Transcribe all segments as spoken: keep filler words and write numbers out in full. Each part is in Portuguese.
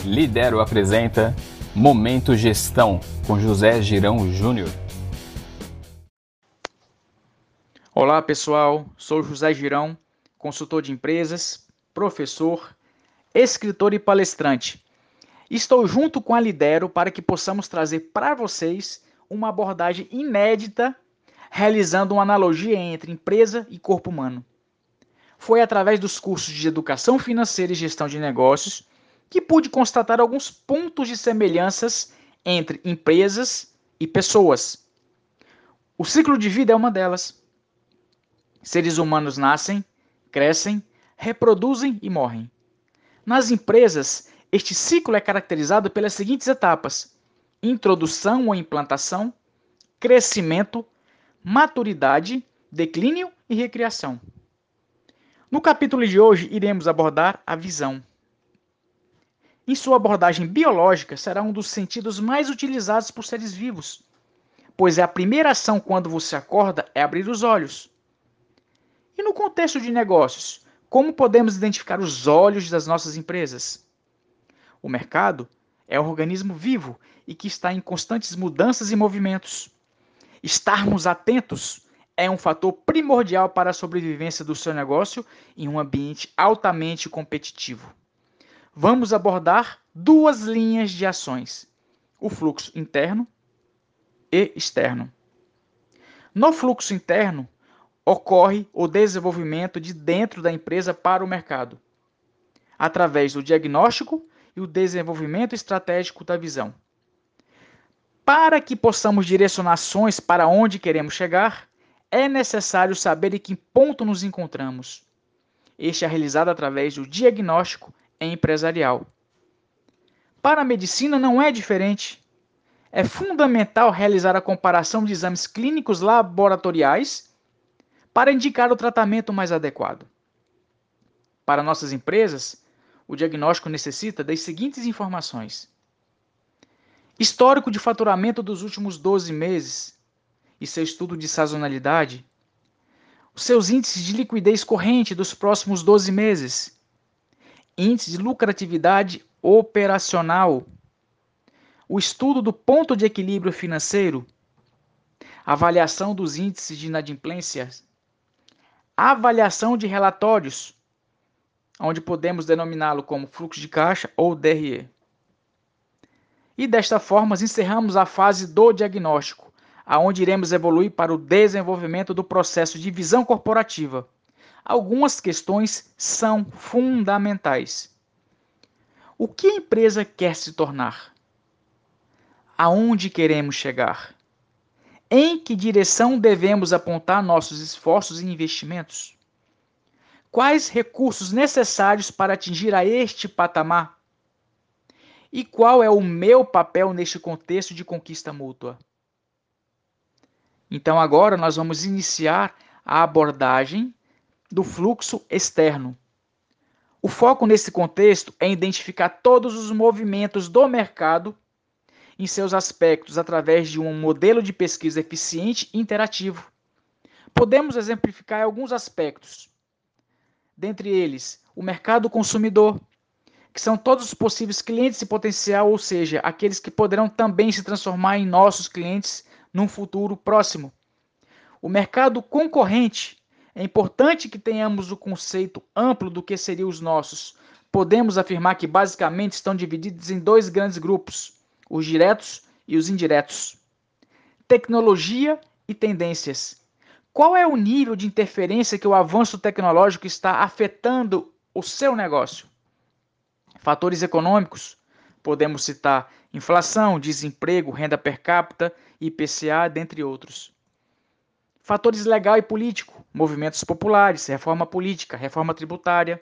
Lidero apresenta Momento Gestão, com José Girão Júnior. Olá pessoal, sou José Girão, consultor de empresas, professor, escritor e palestrante. Estou junto com a Lidero para que possamos trazer para vocês uma abordagem inédita, realizando uma analogia entre empresa e corpo humano. Foi através dos cursos de Educação Financeira e Gestão de Negócios que pude constatar alguns pontos de semelhanças entre empresas e pessoas. O ciclo de vida é uma delas. Seres humanos nascem, crescem, reproduzem e morrem. Nas empresas, este ciclo é caracterizado pelas seguintes etapas: introdução ou implantação, crescimento, maturidade, declínio e recriação. No capítulo de hoje, iremos abordar a visão. Em sua abordagem biológica, será um dos sentidos mais utilizados por seres vivos, pois é a primeira ação quando você acorda é abrir os olhos. E no contexto de negócios, como podemos identificar os olhos das nossas empresas? O mercado é um organismo vivo e que está em constantes mudanças e movimentos. Estarmos atentos é um fator primordial para a sobrevivência do seu negócio em um ambiente altamente competitivo. Vamos abordar duas linhas de ações: o fluxo interno e externo. No fluxo interno, ocorre o desenvolvimento de dentro da empresa para o mercado, através do diagnóstico e o desenvolvimento estratégico da visão. Para que possamos direcionar ações para onde queremos chegar, é necessário saber em que ponto nos encontramos. Este é realizado através do diagnóstico empresarial. Para a medicina não é diferente. É fundamental realizar a comparação de exames clínicos laboratoriais para indicar o tratamento mais adequado. Para nossas empresas, o diagnóstico necessita das seguintes informações: histórico de faturamento dos últimos doze meses e seu estudo de sazonalidade, os seus índices de liquidez corrente dos próximos doze meses, índice de lucratividade operacional, o estudo do ponto de equilíbrio financeiro, avaliação dos índices de inadimplência, avaliação de relatórios, onde podemos denominá-lo como fluxo de caixa ou D R E. E desta forma, encerramos a fase do diagnóstico, aonde iremos evoluir para o desenvolvimento do processo de visão corporativa. Algumas questões são fundamentais. O que a empresa quer se tornar? Aonde queremos chegar? Em que direção devemos apontar nossos esforços e investimentos? Quais recursos necessários para atingir a este patamar? E qual é o meu papel neste contexto de conquista mútua? Então agora nós vamos iniciar a abordagem do fluxo externo. O foco nesse contexto é identificar todos os movimentos do mercado em seus aspectos através de um modelo de pesquisa eficiente e interativo. Podemos exemplificar alguns aspectos. Dentre eles, o mercado consumidor, que são todos os possíveis clientes em potencial, ou seja, aqueles que poderão também se transformar em nossos clientes num futuro próximo. O mercado concorrente, é importante que tenhamos o conceito amplo do que seriam os nossos. Podemos afirmar que basicamente estão divididos em dois grandes grupos: os diretos e os indiretos. Tecnologia e tendências. Qual é o nível de interferência que o avanço tecnológico está afetando o seu negócio? Fatores econômicos. Podemos citar inflação, desemprego, renda per capita, I P C A, dentre outros. Fatores legal e político, movimentos populares, reforma política, reforma tributária.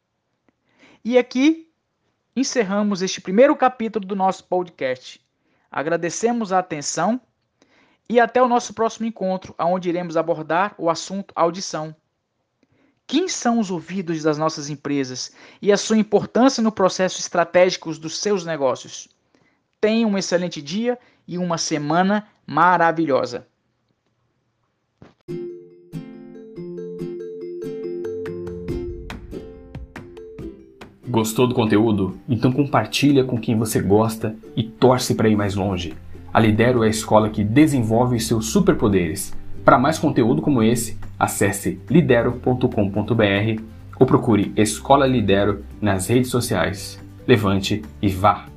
E aqui encerramos este primeiro capítulo do nosso podcast. Agradecemos a atenção e até o nosso próximo encontro, onde iremos abordar o assunto audição. Quem são os ouvidos das nossas empresas e a sua importância no processo estratégico dos seus negócios? Tenha um excelente dia e uma semana maravilhosa. Gostou do conteúdo? Então compartilha com quem você gosta e torce para ir mais longe. A Lidero é a escola que desenvolve os seus superpoderes. Para mais conteúdo como esse, acesse lidero ponto com ponto br ou procure Escola Lidero nas redes sociais. Levante e vá!